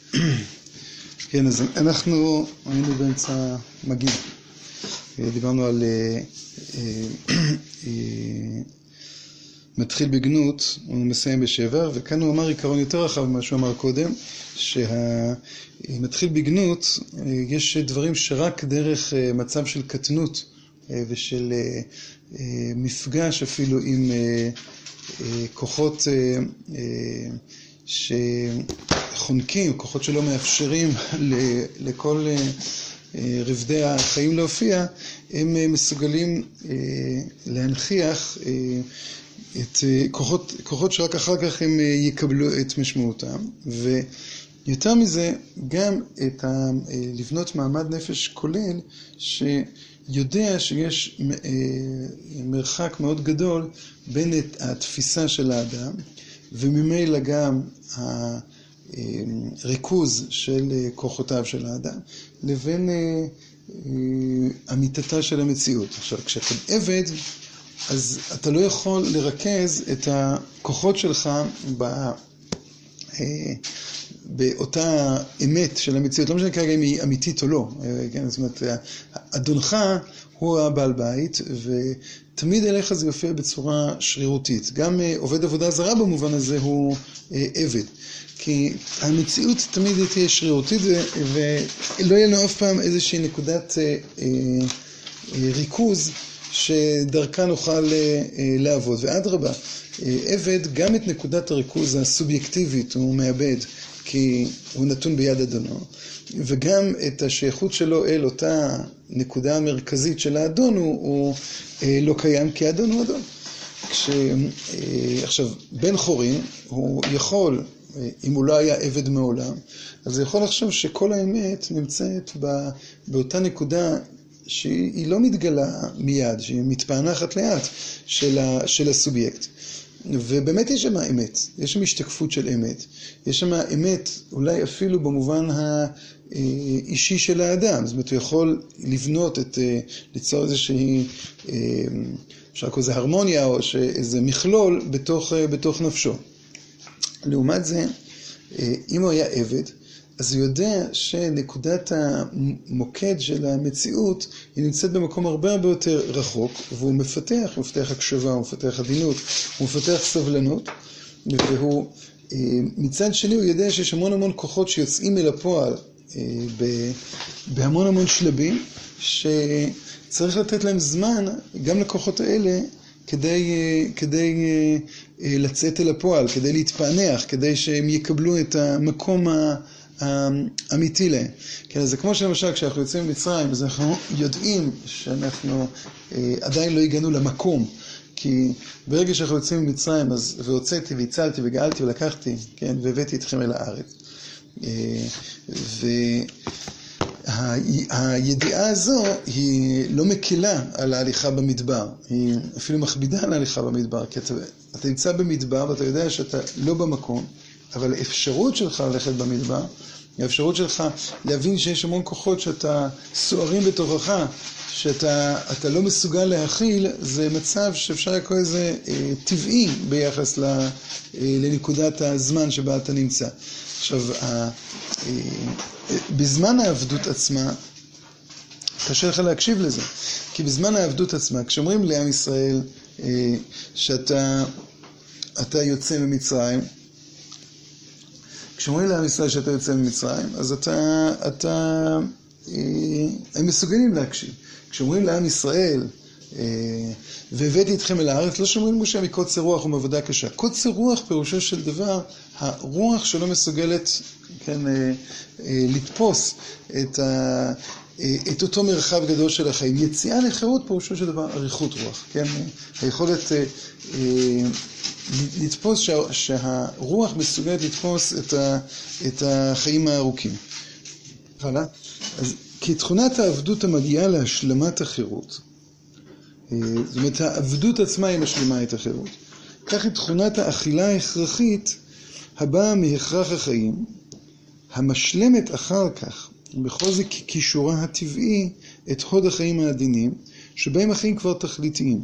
כן, אז אנחנו היינו באמצע מגיד. דיברנו על מתחיל בגנות, הוא מסיים בשבר, וכאן הוא אמר עיקרון יותר רחב ממה שהוא אמר קודם, שהמתחיל בגנות, יש דברים שרק דרך מצב של קטנות ושל מפגש אפילו עם כוחות שחונקים, כוחות שלא מאפשרים לכל רבדי החיים להופיע, הם מסוגלים להנכיח את כוחות שרק אחר כך הם יקבלו את משמעותם. ויותר מזה, גם לבנות מעמד נפש כולל שיודע שיש מרחק מאוד גדול בין התפיסה של האדם וממילא גם הריכוז של כוחותיו של האדם לבין אמיתתה של המציאות. עכשיו, כשאתה עבד, אז אתה לא יכול לרכז את הכוחות שלך באותה אמת של המציאות. לא משנה כרגע אם היא אמיתית או לא. זאת אומרת, אדונך הוא הבעל בית, ותמיד אליך זה יופיע בצורה שרירותית. גם עובד עבודה זרה במובן הזה הוא עבד. כי המציאות תמיד תהיה שרירותית, ולא יהיה לנו אף פעם איזושהי נקודת ריכוז שדרכה נוכל לעבוד. ואדרבה, עבד גם את נקודת הריכוז הסובייקטיבית הוא מאבד, כי הוא נתון ביד אדונו, וגם את השייכות שלו אל אותה נקודה המרכזית של האדון הוא לא קיים, כי האדון הוא אדון. עכשיו, בן חורין הוא יכול, אם הוא לא היה עבד מעולם, אז הוא יכול לחשוב שכל האמת נמצאת באותה נקודה שהיא לא מתגלה מיד, שהיא מתפענחת לאט של הסובייקט. ובאמת יש שם אמת, יש שם השתקפות של אמת. יש שם אמת אולי אפילו במובן האישי של האדם. זאת אומרת, הוא יכול לבנות ליצור איזושהי, אפשר לקרוא לזה הרמוניה או איזה מכלול בתוך נפשו. לעומת זה, אם הוא היה עבד, אז הוא יודע שנקודת המוקד של המציאות היא נמצאת במקום הרבה הרבה יותר רחוק, והוא מפתח הקשבה, הוא מפתח עדינות, הוא מפתח סבלנות, והוא מצד שני הוא יודע שיש המון המון כוחות שיוצאים אל הפועל בהמון המון שלבים, שצריך לתת להם זמן גם לכוחות האלה כדי לצאת אל הפועל, כדי להתפענח, כדי שהם יקבלו את המקום האמיתי להם. כן, אז זה כמו שלמשל כשאנחנו יוצאים ממצרים, אז אנחנו יודעים שאנחנו עדיין לא הגענו למקום, כי ברגע שאנחנו יוצאים ממצרים, אז והוצאתי והצלתי וגאלתי ולקחתי, כן, והבאתי אתכם אל הארץ. והידיעה הזו היא לא מקלה על ההליכה במדבר, היא אפילו מכבידה על ההליכה במדבר, כי אתה נמצא במדבר ואתה יודע שאתה לא במקום, אבל האפשרות שלך ללכת במדבר, האפשרות שלך להבין שיש המון כוחות שאתה סוערים בתוכך, שאתה לא מסוגל להכיל, זה מצב שאפשר לקרוא איזה טבעי ביחס לנקודת הזמן שבה אתה נמצא. עכשיו, בזמן העבדות עצמה, קשה לך להקשיב לזה, כי בזמן העבדות עצמה, כשאומרים לעם ישראל שאתה יוצא ממצרים, כשאומרים לעם ישראל שאתה יוצא ממצרים, אז הם מסוגלים להקשיב. כשאומרים לעם ישראל, והבאתי אתכם אל הארץ, לא שאומרים משה מקוצר רוח ומעבודה קשה. קוצר רוח פירושו של דבר, הרוח שלא מסוגלת, כן, לתפוס את אותו מרחב גדול של החיים. יציאה לחירות פירושו של דבר אריכות רוח, כן? היכולת לתפוס שהרוח מסוגלת לתפוס את החיים הארוכים. הלאה. אז כתכונת העבדות המגיעה להשלמת החירות, זאת אומרת, העבדות עצמה היא משלימה את החירות. כך היא תכונת האכילה ההכרחית הבאה מהכרח החיים, המשלמת אחר כך, בחוזק כישורה הטבעי, את הוד החיים העדינים, שבהם החיים כבר תכליתיים.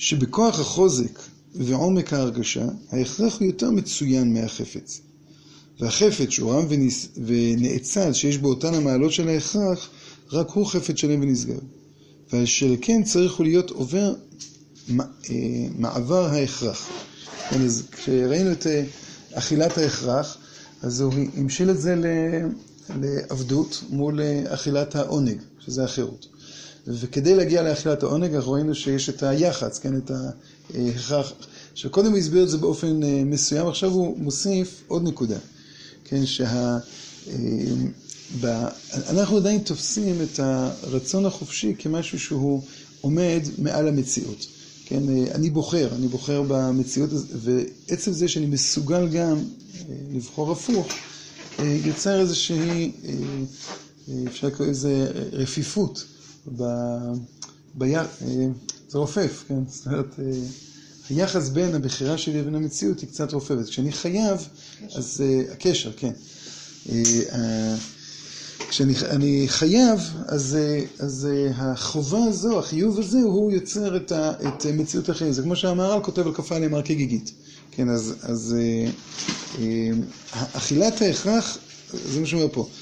שבכוח החוזק ועומק ההרגשה, ההכרח הוא יותר מצוין מהחפץ. והחפץ שהוא רם ונאצל, שיש בו אותן המעלות של ההכרח, רק הוא חפץ שלם ונשגב. ושל כן צריך הוא להיות עובר מעבר ההכרח. אז כשראינו את אכילת ההכרח, אז הוא המשיל את זה לעבדות מול אכילת העונג, שזה החירות. וכדי להגיע לאכילת העונג, אנחנו ראינו שיש את היחץ, כן, את ההכרח. שקודם הוא הסביר את זה באופן מסוים, עכשיו הוא מוסיף עוד נקודה. כן, אנחנו עדיין תופסים את הרצון החופשי כמשהו שהוא עומד מעל המציאות. כן, אני בוחר במציאות, ועצם זה שאני מסוגל גם לבחור הפוך, יוצר איזושהי, אפשר לקרוא איזה רפיפות, זה רופף, כן? זאת אומרת, היחס בין הבחירה שלי לבין המציאות היא קצת רופפת. כשאני חייב, אז הקשר, כן. כשאני חייב, אז החובה הזו, החיוב הזה, הוא יוצר את מציאות החיים. זה כמו שהמהר"ל כותב על כפה נאמר כגיגית. כן, אז אכילת ההכרח, זה מה שאומר פה.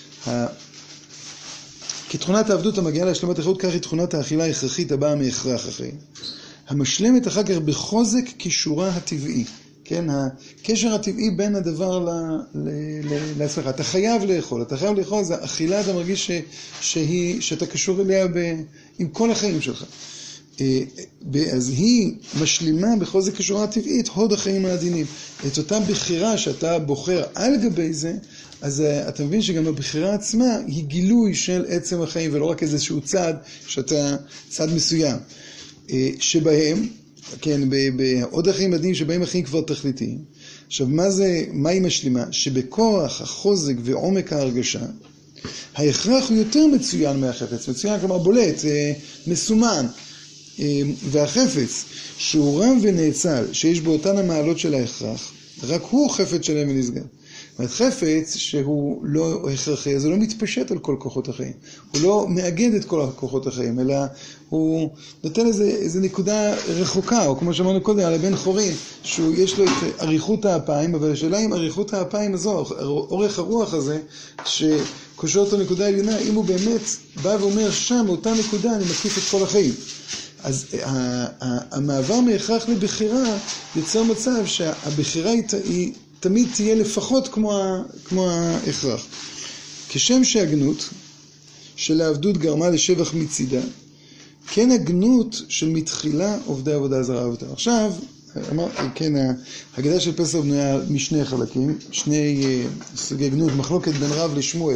כתכונת העבדות המגיעה להשלמת החירות, כך היא תכונת האכילה ההכרחית הבאה מהכרח החיים. המשלמת אחר כך בחוזק קישורה הטבעי. כן, הקשר הטבעי בין הדבר להצלחה. אתה חייב לאכול, זה אכילה, אתה מרגיש שאתה קשור אליה עם כל החיים שלך. אז היא משלימה בחוזק קישורה הטבעית הוד החיים העדינים. את אותה בחירה שאתה בוחר על גבי זה, אז אתה מבין שגם הבחירה עצמה היא גילוי של עצם החיים, ולא רק איזשהו צד מסוים. שבהם, כן, בעוד החיים עדינים שבהם החיים כבר תכליתיים. עכשיו, מה היא משלימה? שבכוח החוזק ועומק ההרגשה, ההכרח הוא יותר מצוין מהחפץ. מצוין, כלומר בולט, מסומן. והחפץ, שהוא רם ונאצל, שיש בו אותן המעלות של ההכרח, רק הוא חפץ שלם ונשגב. זאת אומרת, חפץ שהוא לא הכרחי, אז הוא לא מתפשט על כל כוחות החיים. הוא לא מאגד את כל כוחות החיים, אלא הוא נותן איזה נקודה רחוקה, או כמו שאמרנו קודם, על הבן חורין, שיש לו את אריכות האפיים, אבל השאלה אם אריכות האפיים הזו, אורך הרוח הזה, שקושר אותו לנקודה עליונה, אם הוא באמת בא ואומר שם, אותה נקודה, אני מקיף את כל החיים. אז המעבר מהכרח לבחירה יוצר מצב שהבחירה היא תמיד תהיה לפחות כמו ההכרח. כשם שהגנות של העבדות גרמה לשבח מצידה, כן הגנות של מתחילה עובדי עבודה זרה עבודה. עכשיו, כן, ההגדה של פסח בנויה משני חלקים, שני סוגי גנות, מחלוקת בין רב לשמואל.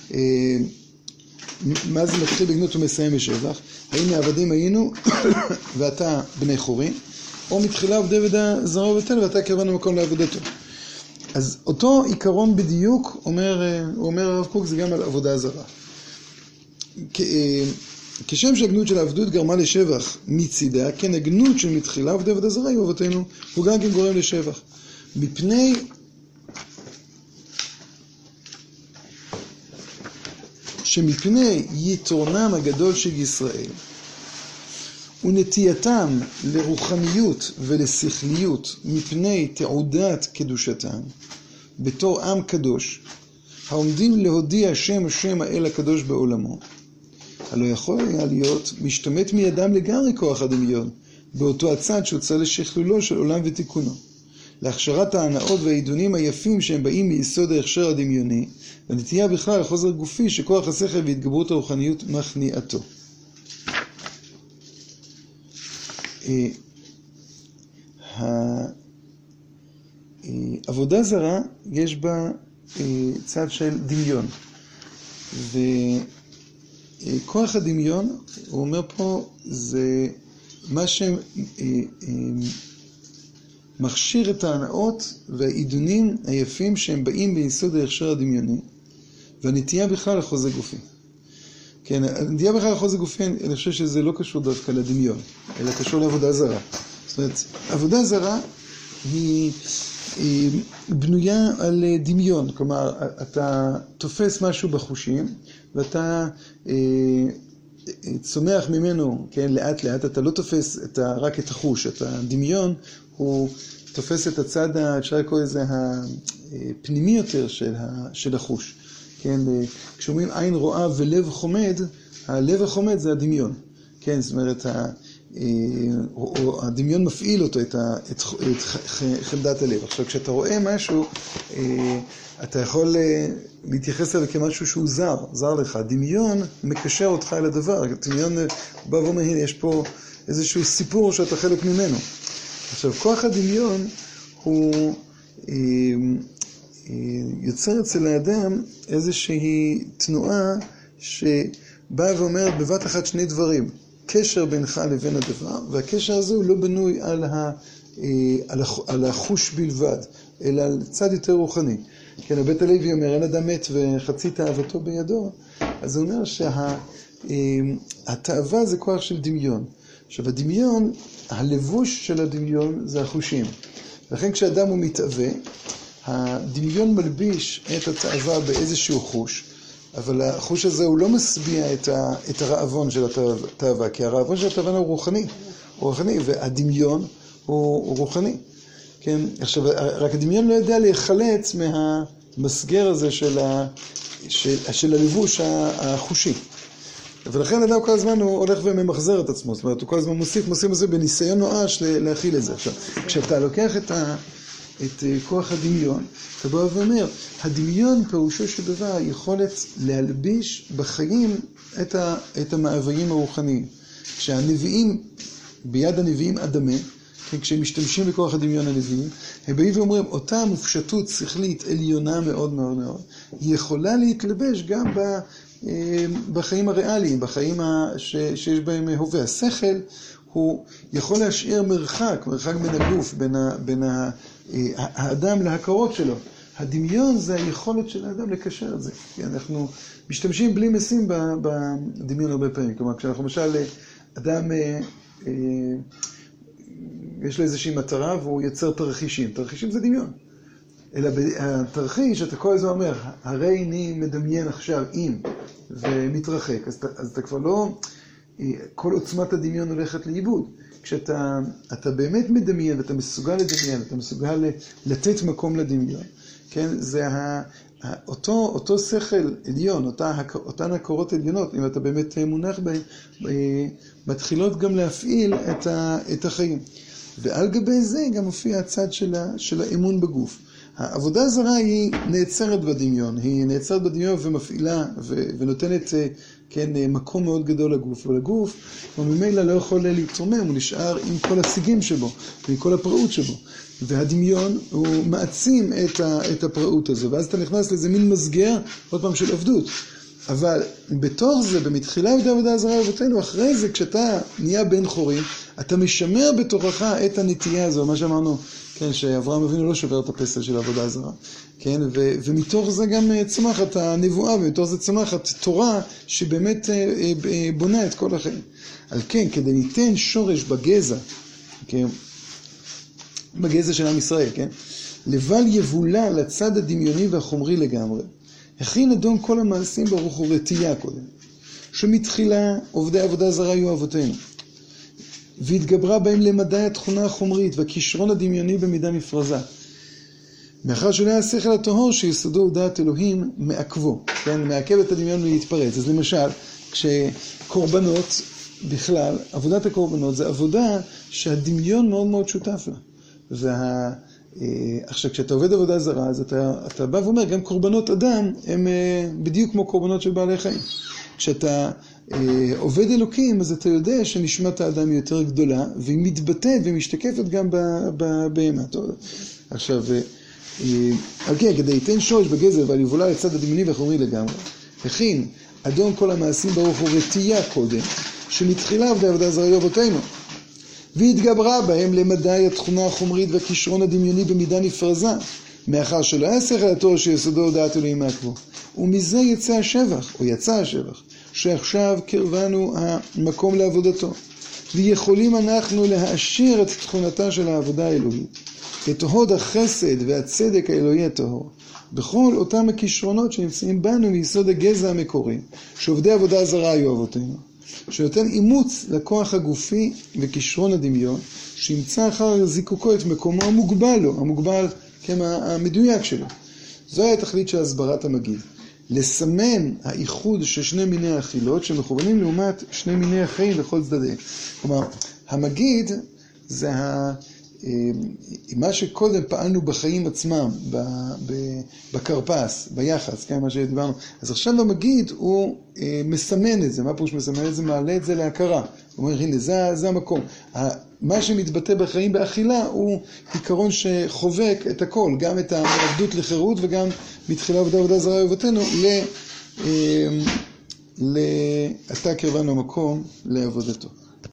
מה זה מתחיל בגנות ומסיים בשבח? האם מעבדים היינו ואתה בני חורים, או מתחילה עובדי עבודה זרה ובטל ואתה קרבן המקום לעבודתו. אז אותו עיקרון בדיוק אומר הרב קוק, זה גם על עבודה זרה. כשם שהגנות של העבדות גרמה לשבח מצידה, כן הגנות של מתחילה עובדי עבודה זרה, אבותינו, הוא גם כן גורם לשבח. מפני שמפני יתרונם הגדול של ישראל ונטייתם לרוחניות ולשכליות מפני תעודת קדושתם בתור עם קדוש העומדים להודיע שם האל הקדוש בעולמו, הלא יכול היה להיות משתמט מידם לגמרי כוח הדמיון באותו הצד שהוצא לשכלולו של עולם ותיקונו, להכשרת ההנאות והעידונים היפים שהם באים מיסוד ההכשר הדמיוני, והנטייה בכלל לחוזר גופי שכוח השכל והתגברות הרוחניות מכניעתו. עבודה זרה יש בה צד של דמיון, וכוח הדמיון, הוא אומר פה, זה מה שמכשיר את ההנאות והעידונים היפים שהם באים ביסוד ההכשר הדמיוני, והנטייה בכלל לחוזר גופי. כן, הנטייה בכלל לחוזר גופי, אני חושב שזה לא קשור דווקא לדמיון, אלא קשור לעבודה זרה. זאת אומרת, עבודה זרה היא בנויה על דמיון, כלומר, אתה תופס משהו בחושים, ואתה צומח ממנו, כן, לאט לאט, אתה לא תופס רק את החוש, את הדמיון, הוא תופס את הצד, אפשר לקרוא לזה הפנימי יותר של החוש. כן, כשאומרים עין רואה ולב חומד, הלב החומד זה הדמיון. כן, זאת אומרת, הדמיון מפעיל אותו, את חמדת הלב. עכשיו, כשאתה רואה משהו, אתה יכול להתייחס אליו כמשהו שהוא זר לך. דמיון מקשר אותך אל הדבר. דמיון בא ואומר, הנה, יש פה איזשהו סיפור שאתה חלק ממנו. עכשיו, כוח הדמיון הוא יוצר אצל האדם איזושהי תנועה שבאה ואומרת בבת אחת שני דברים. קשר בינך לבין הדבר, והקשר הזה הוא לא בנוי על החוש בלבד, אלא על צד יותר רוחני. כן, הבית הלוי אומר, אין אדם מת וחצי תאוותו בידו, אז הוא אומר שהתאווה זה כוח של דמיון. עכשיו, הדמיון, הלבוש של הדמיון זה החושים. לכן כשאדם הוא מתאווה, הדמיון מלביש את התאווה באיזשהו חוש, אבל החוש הזה הוא לא מסביע את הרעבון של התאווה, כי הרעבון של התאווה הוא רוחני, והדמיון הוא רוחני. כן? עכשיו, רק הדמיון לא יודע להיחלץ מהמסגר הזה של הלבוש החושי. ולכן אדם כל הזמן הוא הולך וממחזר את עצמו, זאת אומרת, הוא כל הזמן מוסיף בניסיון נואש להכיל את זה. עכשיו, כשאתה לוקח את כוח הדמיון, אתה בא ואומר, הדמיון פירושו של דבר יכולת להלביש בחיים את המאוויים הרוחניים. כשהנביאים, ביד הנביאים אדמה, כשהם משתמשים בכוח הדמיון הנביאים, הם באים ואומרים, אותה מופשטות שכלית עליונה מאוד מאוד מאוד, היא יכולה להתלבש גם בחיים הריאליים, בחיים שיש בהם הווה. השכל הוא יכול להשאיר מרחק בין הגוף, בין האדם להכרות שלו. הדמיון זה היכולת של האדם לקשר את זה. כי אנחנו משתמשים בלי משים בדמיון הרבה פעמים. כלומר, כשאנחנו למשל, אדם יש לו איזושהי מטרה והוא יצר תרחישים. תרחישים זה דמיון. אלא התרחיש, אתה כל הזמן אומר, הרי אני מדמיין עכשיו אם ומתרחק. אז אתה כבר לא, כל עוצמת הדמיון הולכת לאיבוד. כשאתה באמת מדמיין, ואתה מסוגל לדמיין, אתה מסוגל לתת מקום לדמיון, כן? זה אותו שכל עליון, אותן הקורות עליונות, אם אתה באמת מונח בהן, מתחילות גם להפעיל את החיים. ועל גבי זה גם מופיע הצד של האמון בגוף. העבודה הזרה היא נעצרת בדמיון, היא נעצרת בדמיון ומפעילה ונותנת מקום מאוד גדול לגוף, ולגוף ממילא לא יכול להתרומם, הוא נשאר עם כל השיגים שבו ועם כל הפראות שבו, והדמיון הוא מעצים את הפראות הזו, ואז אתה נכנס לאיזה מין מסגר עוד פעם של עבדות. אבל בתוך זה, במתחילה עבודה הזרה אבותינו, אחרי זה כשאתה נהיה בן חורים, אתה משמר בתוכך את הנטייה הזו, מה שאמרנו, כן, שאברהם אבינו לא שובר את הפסל של העבודה הזרה, כן, ומתוך זה גם צמחת הנבואה, ומתוך זה צמחת תורה שבאמת בונה את כל החיים. על כן, כדי ניתן שורש בגזע, כן, בגזע של עם ישראל, כן, לבל יבולה לצד הדמיוני והחומרי לגמרי. הכין אדון כל המעשים ברוך הוא רתייה קודם, שמתחילה עובדי עבודה זרה היו אבותינו, והתגברה בהם למדי התכונה החומרית והכישרון הדמיוני במידה מפרזה. מאחר שלא היה השכל הטהור שיסודו הוא דעת אלוהים מעכבו, כן? מעכב את הדמיון להתפרץ. אז למשל, כשקורבנות בכלל, עבודת הקורבנות זה עבודה שהדמיון מאוד מאוד שותף לה. עכשיו, כשאתה עובד עבודה זרה, אז אתה בא ואומר, גם קורבנות אדם הם בדיוק כמו קורבנות של בעלי חיים. כשאתה עובד אלוקים, אז אתה יודע שנשמת האדם היא יותר גדולה, והיא מתבטאת ומשתקפת גם בהמה. עכשיו, כן, כדי ייתן שורש בגזע ועל יבולה לצד הדמיוני והחומרי לגמרי, הכין אדון כל המעשים ברוך הוא רתייה קודם, שמתחילה עבודה זרה היו אבותינו. והתגברה בהם למדי התכונה החומרית והכישרון הדמיוני במידה נפרזה, מאחר שלא היה שכל הטהור שיסודו הודעת אלוהים מעכבו. ומזה יצא השבח, שעכשיו קרבנו המקום לעבודתו. ויכולים אנחנו להעשיר את תכונתה של העבודה האלוהית, את הוד החסד והצדק האלוהי הטהור, בכל אותם הכישרונות שנמצאים בנו מיסוד הגזע המקורי, שעובדי עבודה זרה היו אבותינו. שנותן אימוץ לכוח הגופי וכישרון הדמיון, שימצא אחר זיקוקו את מקומו המוגבל לו, המוגבל, כן, המדויק שלו. זו היה התכלית של הסברת המגיד. לסמן האיחוד של שני מיני האכילות שמכוונים לעומת שני מיני החיים לכל צדדי. כלומר, המגיד זה מה שקודם פעלנו בחיים עצמם, בקרפס, ביחס, כן, מה שדיברנו. אז עכשיו המגיד הוא מסמן את זה. מה פירוש מסמן את זה? מעלה את זה להכרה. הוא אומר, הנה, זה המקום. מה שמתבטא בחיים באכילה הוא עיקרון שחובק את הכל, גם את העבדות לחירות וגם מתחילה עבודה זרה אבותינו אתה קרבנו המקום לעבודתו.